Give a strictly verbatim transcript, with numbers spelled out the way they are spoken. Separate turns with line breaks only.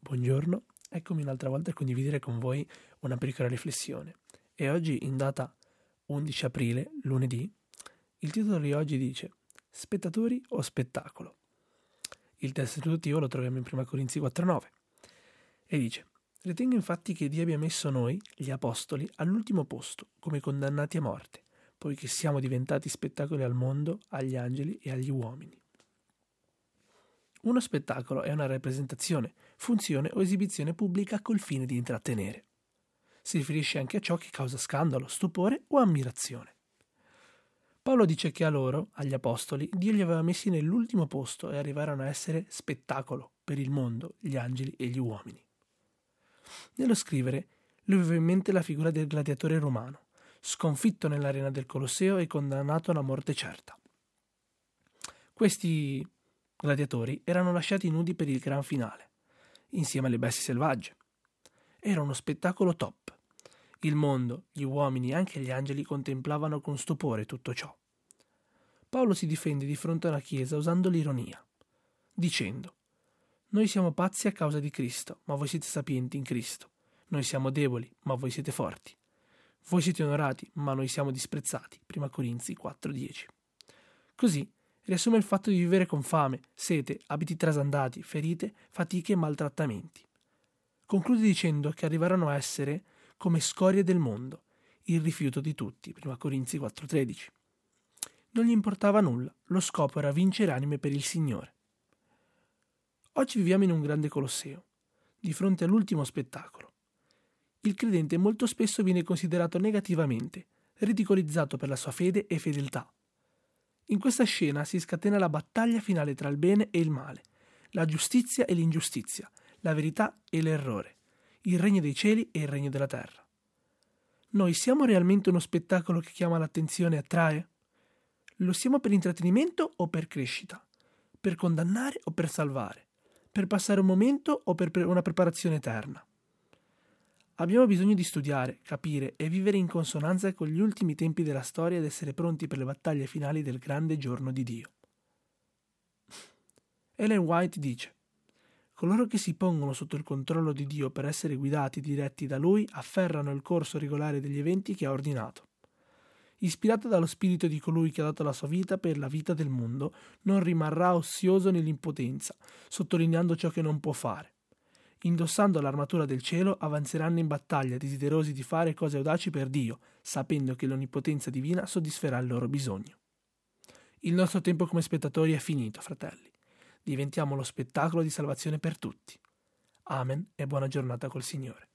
Buongiorno, eccomi un'altra volta a condividere con voi una piccola riflessione. E oggi, in data undici aprile, lunedì, il titolo di oggi dice Spettatori o spettacolo? Il testo introduttivo lo troviamo in prima Corinzi quattro nove e dice Ritengo infatti che Dio abbia messo noi, gli apostoli, all'ultimo posto, come condannati a morte, poiché siamo diventati spettacoli al mondo, agli angeli e agli uomini. Uno spettacolo è una rappresentazione, funzione o esibizione pubblica col fine di intrattenere. Si riferisce anche a ciò che causa scandalo, stupore o ammirazione. Paolo dice che a loro, agli apostoli, Dio li aveva messi nell'ultimo posto e arrivarono a essere spettacolo per il mondo, gli angeli e gli uomini. Nello scrivere, lui aveva in mente la figura del gladiatore romano, sconfitto nell'arena del Colosseo e condannato alla morte certa. Questi gladiatori erano lasciati nudi per il gran finale, insieme alle bestie selvagge. Era uno spettacolo top. Il mondo, gli uomini e anche gli angeli contemplavano con stupore tutto ciò. Paolo si difende di fronte alla Chiesa usando l'ironia, dicendo «Noi siamo pazzi a causa di Cristo, ma voi siete sapienti in Cristo. Noi siamo deboli, ma voi siete forti. Voi siete onorati, ma noi siamo disprezzati». prima Corinzi quattro dieci. Così riassume il fatto di vivere con fame, sete, abiti trasandati, ferite, fatiche e maltrattamenti. Conclude dicendo che arrivarono a essere come scorie del mondo, il rifiuto di tutti, prima Corinzi quattro tredici. Non gli importava nulla, lo scopo era vincere anime per il Signore. Oggi viviamo in un grande Colosseo, di fronte all'ultimo spettacolo. Il credente molto spesso viene considerato negativamente, ridicolizzato per la sua fede e fedeltà. In questa scena si scatena la battaglia finale tra il bene e il male, la giustizia e l'ingiustizia, la verità e l'errore, il regno dei cieli e il regno della terra. Noi siamo realmente uno spettacolo che chiama l'attenzione e attrae? Lo siamo per intrattenimento o per crescita? Per condannare o per salvare? Per passare un momento o per una preparazione eterna? Abbiamo bisogno di studiare, capire e vivere in consonanza con gli ultimi tempi della storia ed essere pronti per le battaglie finali del grande giorno di Dio. Ellen White dice Coloro che si pongono sotto il controllo di Dio per essere guidati diretti da Lui afferrano il corso regolare degli eventi che ha ordinato. Ispirato dallo spirito di colui che ha dato la sua vita per la vita del mondo, non rimarrà ozioso nell'impotenza, sottolineando ciò che non può fare. Indossando l'armatura del cielo, avanzeranno in battaglia, desiderosi di fare cose audaci per Dio, sapendo che l'onnipotenza divina soddisferà il loro bisogno. Il nostro tempo come spettatori è finito, fratelli. Diventiamo lo spettacolo di salvazione per tutti. Amen e buona giornata col Signore.